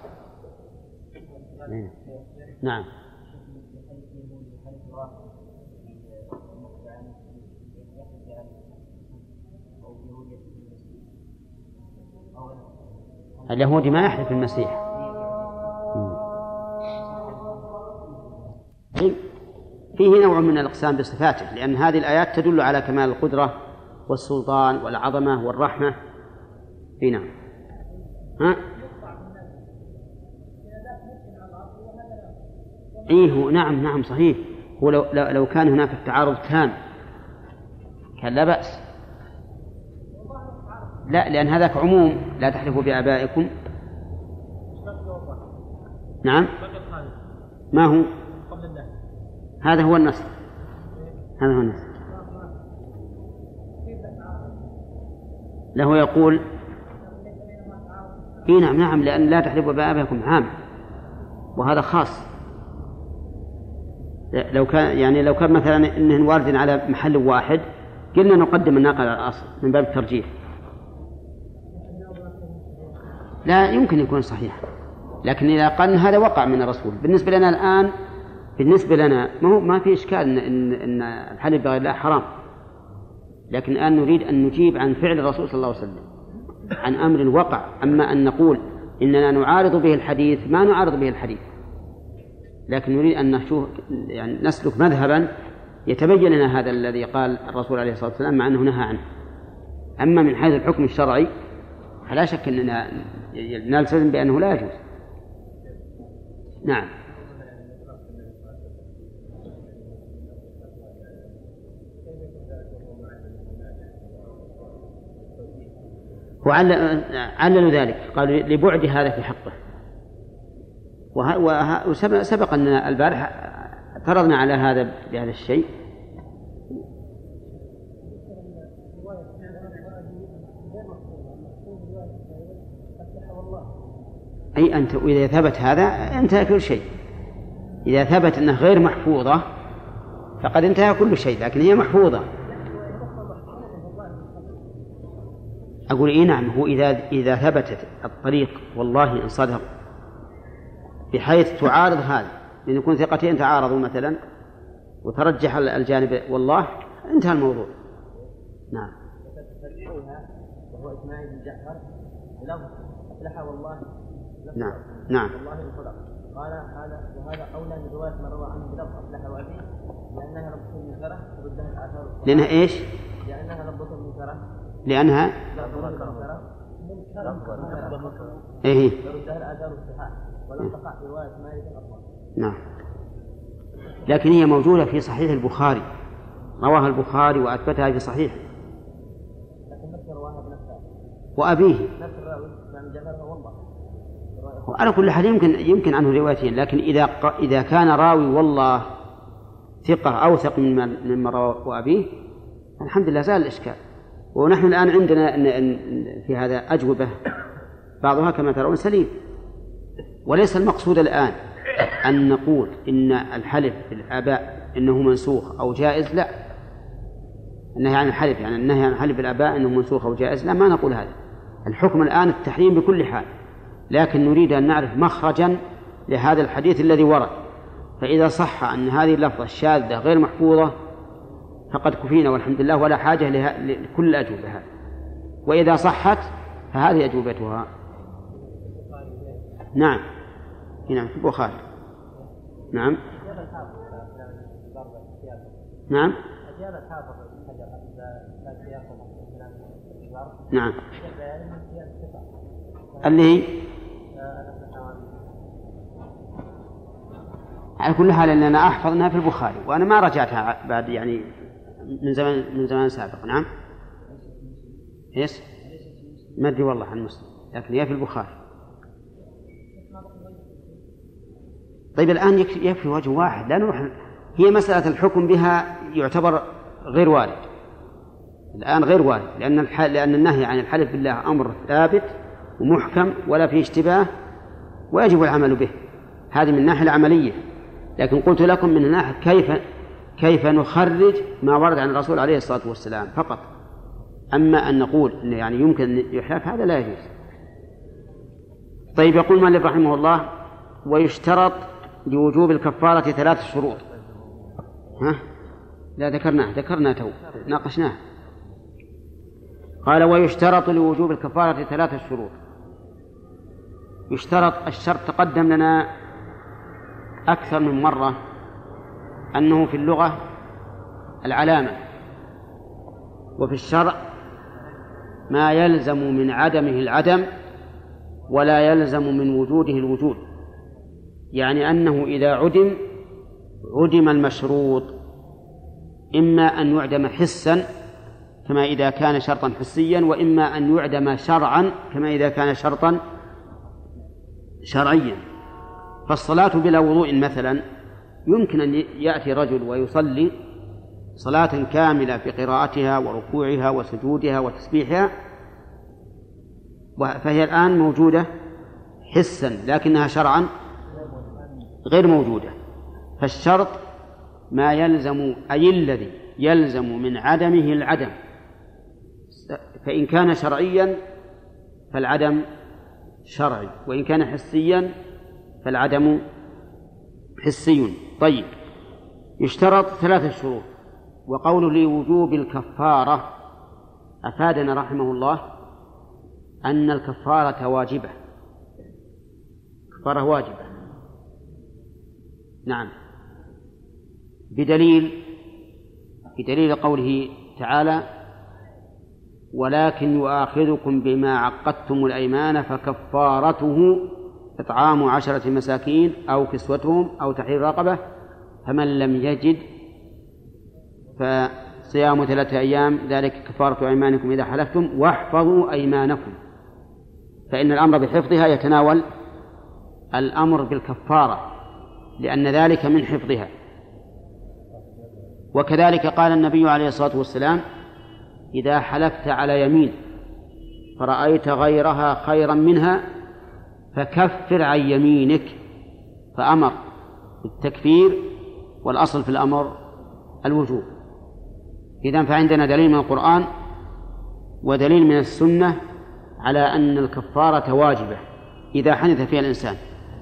نعم. اليهودي ما يحلف المسيح. فيه نوع من الإقسام بصفاته، لأن هذه الآيات تدل على كمال القدرة والسلطان والعظمة والرحمة. في نعم. ها؟ إيه نعم نعم صحيح. هو لو, لو كان هناك التعارض تام كان لا بأس. لا، لأن هذاك عموم لا تحلفوا بآبائكم. نعم. ما هو؟ هذا هو النص. هذا هو النص. له يقول إيه نعم نعم، لأن لا تحلفوا بآبائكم عام، وهذا خاص. لو كان يعني لو كان مثلا إنه وارد على محل واحد قلنا نقدم الناقل على الأصل من باب الترجيح. لا يمكن يكون صحيح، لكن إذا قال هذا وقع من الرسول بالنسبة لنا الآن، بالنسبة لنا ما هو ما في إشكال إن, إن, إن الحلف بغير الله حرام، لكن الآن نريد أن نجيب عن فعل الرسول صلى الله عليه وسلم عن أمر وقع. أما أن نقول إننا نعارض به الحديث، ما نعارض به الحديث، لكن نريد أن نشوف يعني نسلك مذهبا يتبين لنا هذا الذي قال الرسول عليه الصلاة والسلام مع أنه نهى عنه. أما من حيث الحكم الشرعي فلا شك أننا نلتزم بأنه لا يجوز. نعم. وعللوا ذلك قالوا لبعد هذا في حقه. وسبق أن البارح اعترضنا على هذا بهذا الشيء. أي أنت وإذا ثبت هذا انتهى كل شيء. إذا ثبت أنه غير محفوظة فقد انتهى كل شيء، لكن هي محفوظة. أقول إيه نعم، هو إذا إذا ثبتت الطريق والله إن صدق بحيث تعارض هذا، لأن يكون ثقتين تعارضوا مثلا وترجح الجانب والله انتهى الموضوع. نعم. وهو إسماعيل بن جعفر لفظ أفلح والله. نعم نعم. والله صدق. قال هذا وهذا قولا من رواية من روى عنه بلفظ أفلح وأبيه، لأنها لفظ المنكرة تردها الآثار. لأنها إيش؟ لأنها لفظ المنكرة. لأنها إيه. نعم. لكن هي موجودة في صحيح البخاري، رواها البخاري وأثبتها في صحيح. وأبيه. وعلى كل حال يمكن يمكن عنه روايتين، لكن إذا إذا كان راوي والله ثقة أوثق مما روى وأبيه الحمد لله زال الإشكال. ونحن الآن عندنا في هذا أجوبة بعضها كما ترون سليم، وليس المقصود الآن أن نقول إن الحلف بالآباء إنه منسوخ أو جائز، لا. النهي عن الحلف يعني النهي عن الحلف بالآباء إنه منسوخ أو جائز، لا، ما نقول هذا. الحكم الآن التحريم بكل حال، لكن نريد أن نعرف مخرجا لهذا الحديث الذي ورد. فإذا صح أن هذه اللفظة الشاذة غير محفوظة فقد كفينا والحمد لله، ولا حاجة لكل الأجوبة هذه. وإذا صحت فهذه أجوبتها. نعم نعم في البخاري. نعم نعم نعم اللي على كل حال أننا أحفظناها في البخاري، وأنا ما رجعتها بعد يعني من زمان من زمان سابق. نعم إيش ما أدري والله عن مسلم، لكن هي في البخاري. طيب الآن يكفي وجه واحد، لا نروح. هي مسألة الحكم بها يعتبر غير وارد الآن، غير وارد، لأن الحل... لأن النهي عن الحلف بالله أمر ثابت ومحكم ولا فيه اشتباه ويجب العمل به. هذه من الناحية العملية. لكن قلت لكم من الناحية كيف كيف نخرج ما ورد عن الرسول عليه الصلاة والسلام فقط. أما أن نقول إن يعني يمكن يحلف هذا لا يجوز. طيب يقول مالك رحمه الله: ويشترط لوجوب الكفارة ثلاث شروط. ها؟ لا ذكرناه ذكرنا تو ناقشناه. قال: ويشترط لوجوب الكفارة ثلاث شروط. يشترط الشرط تقدم لنا أكثر من مرة أنه في اللغة العلامة، وفي الشرع ما يلزم من عدمه العدم ولا يلزم من وجوده الوجود، يعني أنه إذا عدم عدم المشروط، إما أن يعدم حسا كما إذا كان شرطا حسيا، وإما أن يعدم شرعا كما إذا كان شرطا شرعيا. فالصلاة بلا وضوء مثلا يمكن أن يأتي رجل ويصلي صلاة كاملة في قراءتها وركوعها وسجودها وتسبيحها، فهي الآن موجودة حسا لكنها شرعا غير موجودة. فالشرط ما يلزم، أي الذي يلزم من عدمه العدم، فإن كان شرعيا فالعدم شرعي، وإن كان حسيا فالعدم حسي. طيب، يشترط ثلاثة شروط. وقوله لوجوب الكفارة أفادنا رحمه الله أن الكفارة واجبة، كفارة واجبة. نعم، بدليل بدليل قوله تعالى: ولكن يؤاخذكم بما عقدتم الأيمان فكفارته إطعام عشرة مساكين أو كسوتهم أو تحرير رقبة، فمن لم يجد فصيام ثلاثة أيام ذلك كفارة أيمانكم إذا حلفتم واحفظوا أيمانكم. فإن الأمر بحفظها يتناول الأمر بالكفارة لأن ذلك من حفظها. وكذلك قال النبي عليه الصلاة والسلام: إذا حلفت على يمين فرأيت غيرها خيرا منها فكفر عن يمينك، فأمر بالتكفير، والأصل في الأمر الوجوب. إذن فعندنا دليل من القرآن ودليل من السنة على أن الكفارة واجبة إذا حدث فيها الإنسان.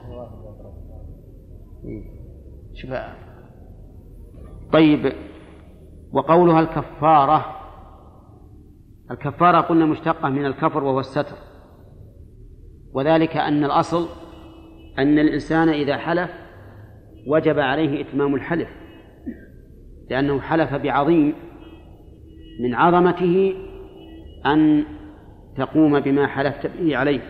شفاء. طيب، وقولها الكفارة، الكفارة قلنا مشتقة من الكفر وهو الستر، وذلك أن الأصل أن الإنسان إذا حلف وجب عليه إتمام الحلف، لأنه حلف بعظيم من عظمته أن تقوم بما حلفت به عليه،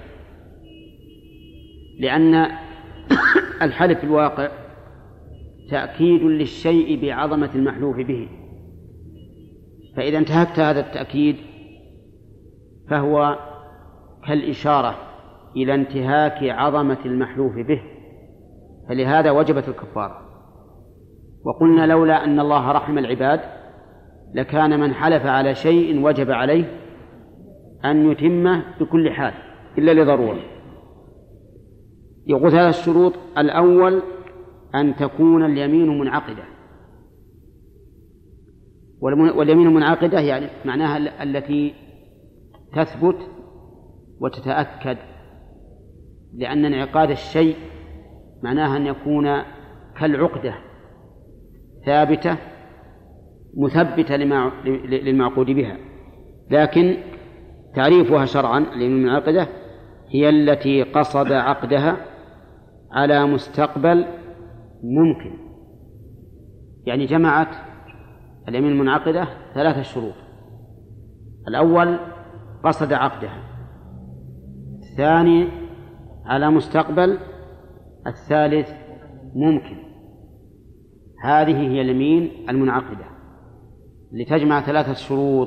لأن الحلف في الواقع تأكيد للشيء بعظمة المحلوف به، فإذا انتهكت هذا التأكيد فهو كالإشارة إلى انتهاك عظمة المحلوف به، فلهذا وجبت الكفارة. وقلنا لولا أن الله رحم العباد لكان من حلف على شيء وجب عليه أن يتمه بكل حال إلا لضرورة. يقول هذا الشروط: الأول أن تكون اليمين منعقدة، واليمين منعقدة يعني معناها التي تثبت وتتأكد، لأن انعقاد الشيء معناها أن يكون كالعقدة ثابتة مثبتة للمعقود بها. لكن تعريفها شرعا اليمين المنعقدة هي التي قصد عقدها على مستقبل ممكن، يعني جمعت اليمين المنعقدة ثلاثة شروط: الأول قصد عقدها، الثاني على مستقبل، الثالث ممكن. هذه هي اليمين المنعقدة لتجمع ثلاثة شروط.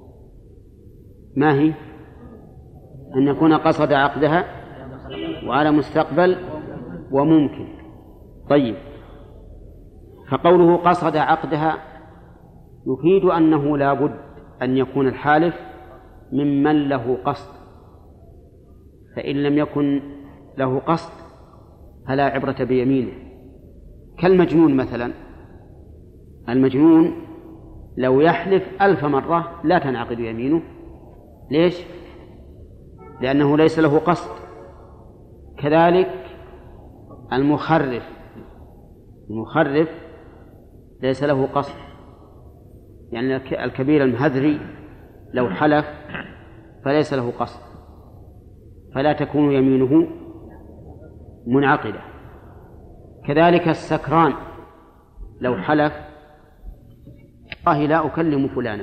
ما هي؟ أن يكون قصد عقدها وعلى مستقبل وممكن. طيب، فقوله قصد عقدها يفيد أنه لا بد أن يكون الحالف ممن له قصد، فإن لم يكن له قصد فلا عبرة بيمينه، كالمجنون مثلا. المجنون لو يحلف ألف مرة لا تنعقد يمينه. ليش؟ لأنه ليس له قصد. كذلك المخرف المخرف ليس له قصد، يعني الكبير المهذري لو حلف فليس له قصد، فلا تكون يمينه منعقدة. كذلك السكران لو حلف والله لا أكلم فلانا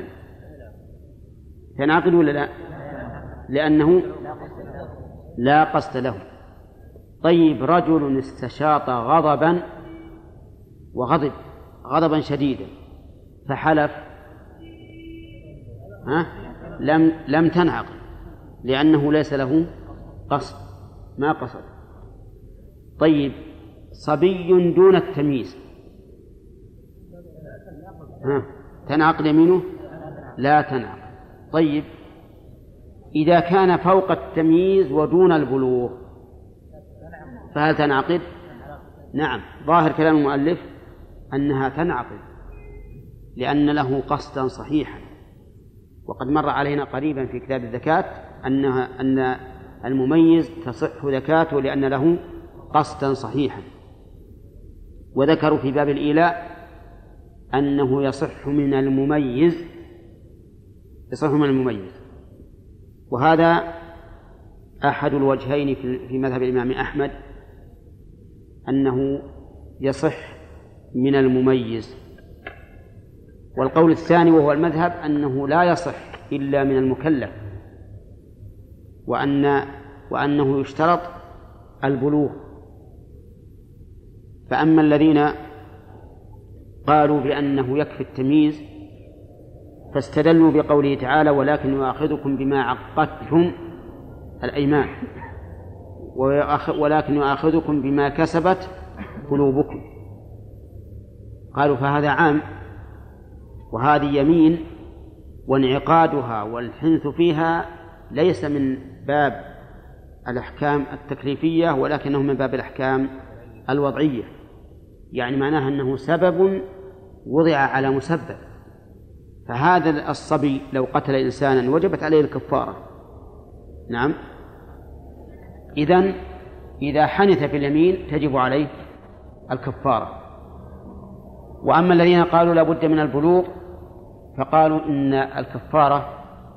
تنعقد ولا لا؟ لأنه لا قصد له. طيب، رجل استشاط غضبا وغضب غضبا شديدا فحلف، ها؟ لم لم تنعقد لأنه ليس له قصد، ما قصد. طيب، صبي دون التمييز، ها؟ تنعقد يمينه؟ لا تنعقد. طيب، إذا كان فوق التمييز ودون البلوغ فهل تنعقد؟ نعم، ظاهر كلام المؤلف أنها تنعقد لأن له قصدا صحيحا، وقد مر علينا قريبا في كتاب الزكاة أنها أن المميز تصح زكاته لأن له قصدا صحيحا. وذكروا في باب الإيلاء أنه يصح من المميز يصح من المميز وهذا أحد الوجهين في مذهب الإمام أحمد، أنه يصح من المميز. والقول الثاني وهو المذهب أنه لا يصح إلا من المكلف، وأن وأنه يشترط البلوغ. فأما الذين قالوا بأنه يكفي التمييز فاستدلوا بقوله تعالى: ولكن يؤاخذكم بما عقدتم الأيمان ولكن يؤاخذكم بما كسبت قلوبكم. قالوا فهذا عام، وهذه يمين وانعقادها والحنث فيها ليس من باب الأحكام التكليفية ولكنه من باب الأحكام الوضعية، يعني معناها أنه سبب وضع على مسبب. فهذا الصبي لو قتل إنسانا وجبت عليه الكفارة. نعم، إذن إذا حنث في اليمين تجب عليه الكفارة. وأما الذين قالوا لا بد من البلوغ فقالوا إن الكفارة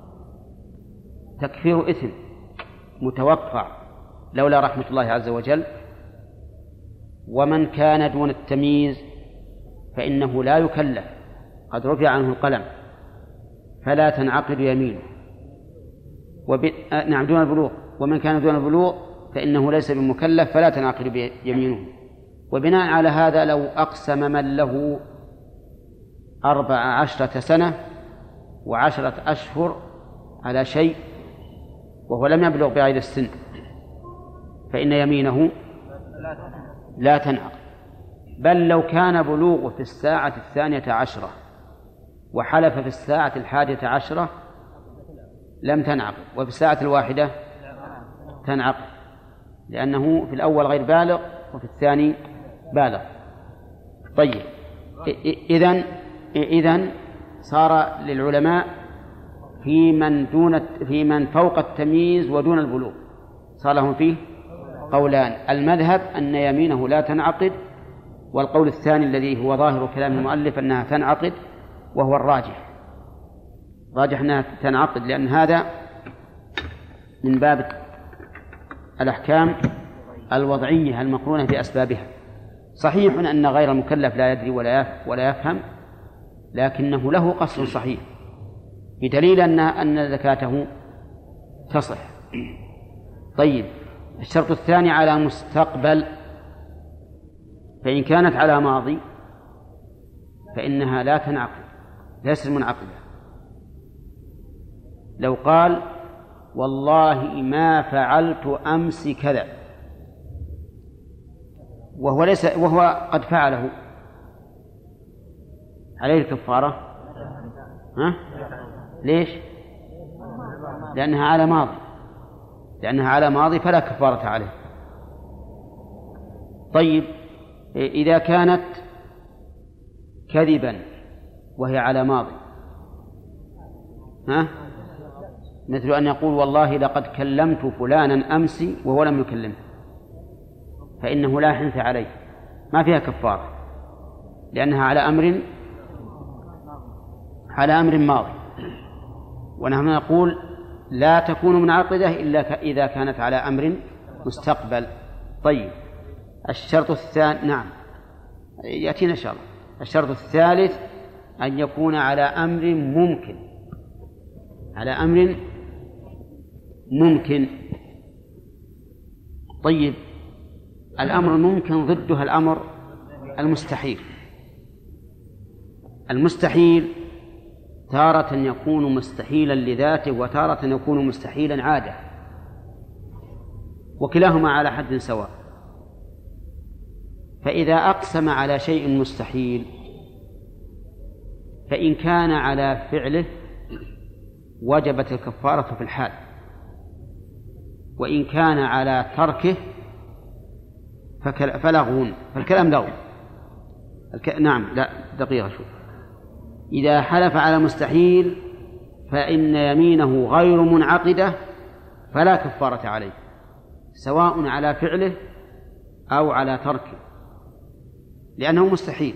تكفير إثم متوقع لولا رحمة الله عز وجل. ومن كان دون التمييز فإنه لا يكلف، قد رفع عنه القلم فلا تنعقد يمينه. وب... نعم دون البلوغ. ومن كان دون البلوغ فإنه ليس بمكلف فلا تنعقد يمينه. وبناء على هذا لو أقسم من له أربع عشرة سنة وعشرة أشهر على شيء وهو لم يبلغ بعيد السن فإن يمينه لا تنعقد، بل لو كان بلوغه في الساعة الثانية عشرة وحلف في الساعة الحادية عشرة لم تنعقد، وفي الساعة الواحدة تنعقد، لأنه في الأول غير بالغ وفي الثاني بالغ. طيب، إذن إذن صار للعلماء في من دون في من فوق التمييز ودون البلوغ صار لهم فيه قولان: المذهب أن يمينه لا تنعقد، والقول الثاني الذي هو ظاهر كلام المؤلف أنها تنعقد، وهو الراجح. راجح أنها تنعقد لأن هذا من باب الأحكام الوضعية المقرونة بأسبابها. صحيح أن غير المكلف لا يدري ولا يفهم، لكنه له قصد صحيح بدليل أن أن زكاته تصح. طيب، الشرط الثاني على مستقبل، فإن كانت على ماضي فإنها لا تنعقد، ليست منعقدة. لو قال: والله ما فعلت أمس كذا، وهو ليس وهو قد فعله عليه الكفارة. ها؟ ليش؟ لأنها على ماضي لأنها على ماضي فلا كفارة عليه. طيب إذا كانت كذبا وهي على ماضي، ها؟ مثل أن يقول والله لقد كلمت فلانا أمس وهو لم يكلمه، فإنه لا حنث عليه، ما فيها كفارة لأنها على أمر على أمر ماضي. ونحن نقول لا تكون منعقدة إلا إذا كانت على أمر مستقبل. طيب الشرط الثاني، نعم يأتينا إن شاء الله. الشرط الثالث أن يكون على أمر ممكن على أمر ممكن. طيب الأمر الممكن ضدها الأمر المستحيل. المستحيل تارة يكون مستحيلا لذاته وتارة يكون مستحيلا عادة، وكلاهما على حد سواء. فإذا أقسم على شيء مستحيل فإن كان على فعله وجبت الكفارة في الحال، وإن كان على تركه فلغو، فالكلام لغو. الك... نعم لا دقيقة شوف. إذا حلف على مستحيل فإن يمينه غير منعقدة فلا كفارة عليه، سواء على فعله أو على تركه، لأنه مستحيل،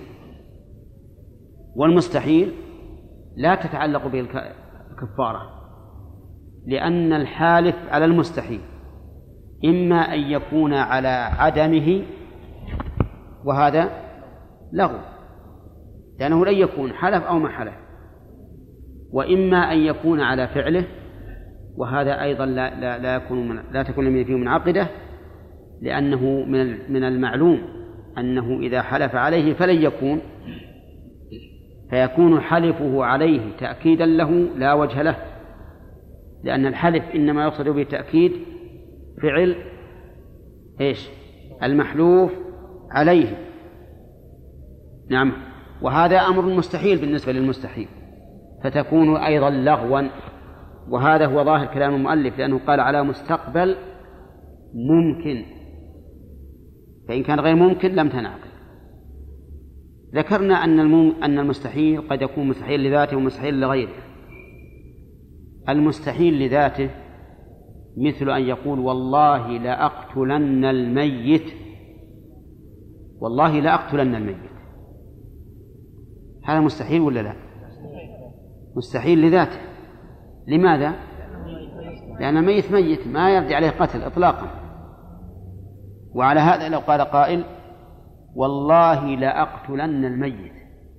والمستحيل لا تتعلق به الكفارة، لأن الحالف على المستحيل إما أن يكون على عدمه وهذا لغو لأنه لن يكون حلف أو ما حلف، وإما أن يكون على فعله وهذا أيضا لا, لا, لا, يكون من لا تكون من فيه منعقدة، لأنه من من المعلوم أنه إذا حلف عليه فلن يكون، فيكون حلفه عليه تأكيدا له لا وجه له، لأن الحلف إنما يقصد به تأكيد فعل إيش المحلوف عليه. نعم، وهذا أمر مستحيل بالنسبة للمستحيل، فتكون أيضا لغوا. وهذا هو ظاهر كلام المؤلف، لأنه قال على مستقبل ممكن، فإن كان غير ممكن لم تنعقد. ذكرنا أن أن المستحيل قد يكون مستحيل لذاته ومستحيل لغيره. المستحيل لذاته مثل أن يقول والله لأقتلن الميت، والله لأقتلن الميت، هذا مستحيل ولا لا؟ مستحيل لذاته. لماذا؟ لأن الميت ميت ما يرجع عليه قتل إطلاقا. وعلى هذا لو قال قائل والله لأقتلن الميت،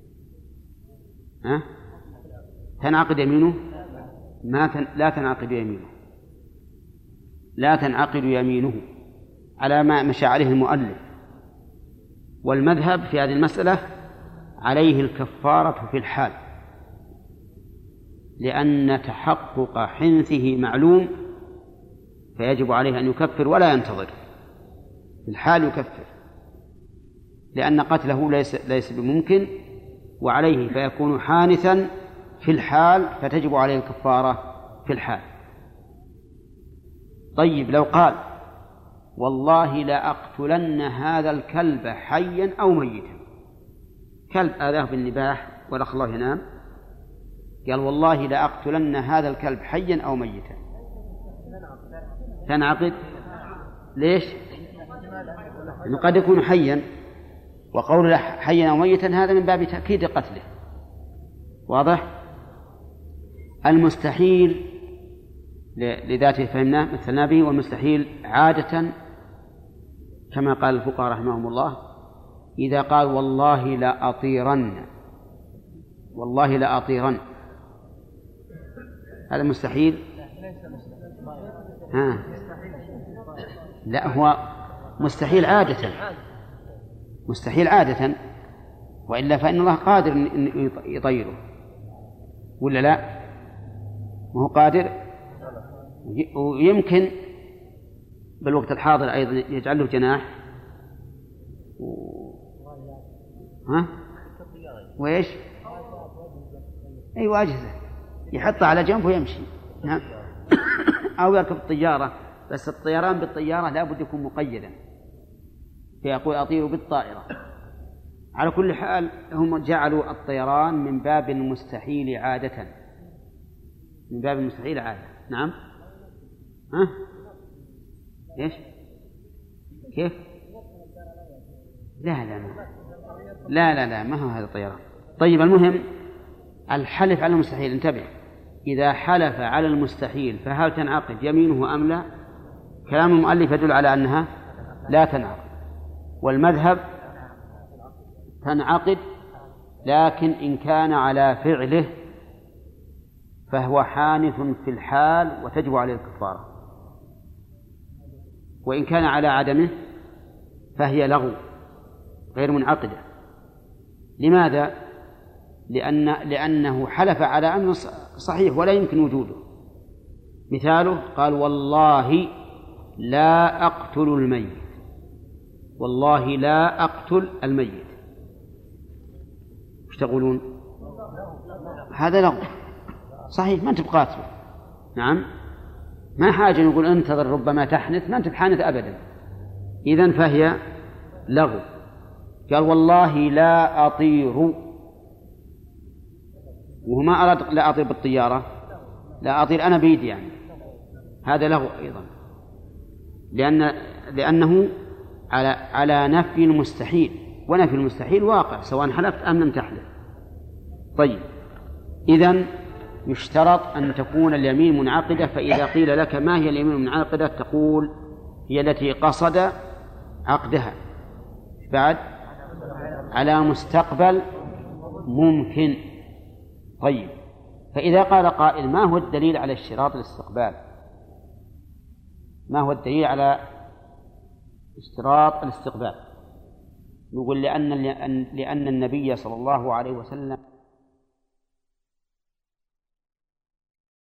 ها؟ تنعقد يمينه؟ ما تن... لا تنعقد يمينه، لا تنعقد يمينه على ما مشى عليه المؤلف. والمذهب في هذه المسألة عليه الكفارة في الحال، لأن تحقق حنثه معلوم، فيجب عليه أن يكفر ولا ينتظر، في الحال يكفر، لأن قتله ليس, ليس بممكن وعليه، فيكون حانثا في الحال، فتجب عليه الكفارة في الحال. طيب لو قال والله لأقتلن هذا الكلب حيا أو ميتا، كلب آذاه بالنباح ولا الله ينام، قال والله لأقتلن هذا الكلب حيا أو ميتا، تنعقد. ليش؟ لأنه قد يكون حيا، وقول حيا أو ميتا هذا من باب تأكيد قتله. واضح؟ المستحيل لذاته فهمناه مثلنا به، والمستحيل عادة كما قال الفقهاء رحمهم الله إذا قال والله لا أطيرن، والله لا أطيرن، هذا مستحيل. ها. لا هو مستحيل عادة، مستحيل عادة، وإلا فإن الله قادر أن يطيره ولا لا؟ ما هو قادر، ويمكن بالوقت الحاضر أيضا يجعل له جناح و... ها؟ وإيش؟ أيوة أجهزة يحطها على جنب ويمشي. نعم. أو يركب الطيارة، بس الطيران بالطيارة لا بد يكون مقيدا، فيقول أطير بالطائرة. على كل حال هم جعلوا الطيران من باب المستحيل عادة، من باب المستحيل عادة. نعم. ها؟ إيش؟ كيف؟ لا لا لا لا لا, لا ما هو هذا الطيران. طيب المهم الحلف على المستحيل، انتبه، إذا حلف على المستحيل فهل تنعقد يمينه أم لا؟ كلام المؤلف يدل على أنها لا تنعقد، والمذهب تنعقد، لكن إن كان على فعله فهو حانث في الحال وتجب عليه الكفارة، وإن كان على عدمه فهي لغو غير منعقدة. لماذا؟ لأن لأنه حلف على أمر صحيح ولا يمكن وجوده. مثاله قال والله لا أقتل الميت، والله لا أقتل الميت، وش تقولون؟ هذا لغو صحيح، ما أنت بقاتله. نعم، ما حاجة نقول انتظر ربما تحنث، ما أنت بحانث أبدا، إذن فهي لغو. قال والله لا أطير، وهو ما أراد لا أطير بالطيارة، لا أطير أنا بيدي، يعني هذا لغو أيضا، لأن لأنه على على نفي المستحيل، ونفي المستحيل واقع سواء حلفت أم لم تحلف. طيب، إذن يشترط أن تكون اليمين منعقدة. فإذا قيل لك ما هي اليمين المنعقدة تقول هي التي قصد عقدها بعد على مستقبل ممكن. طيب، فإذا قال قائل ما هو الدليل على اشتراط الاستقبال؟ ما هو الدليل على اشتراط الاستقبال؟ نقول لأن لأن النبي صلى الله عليه وسلم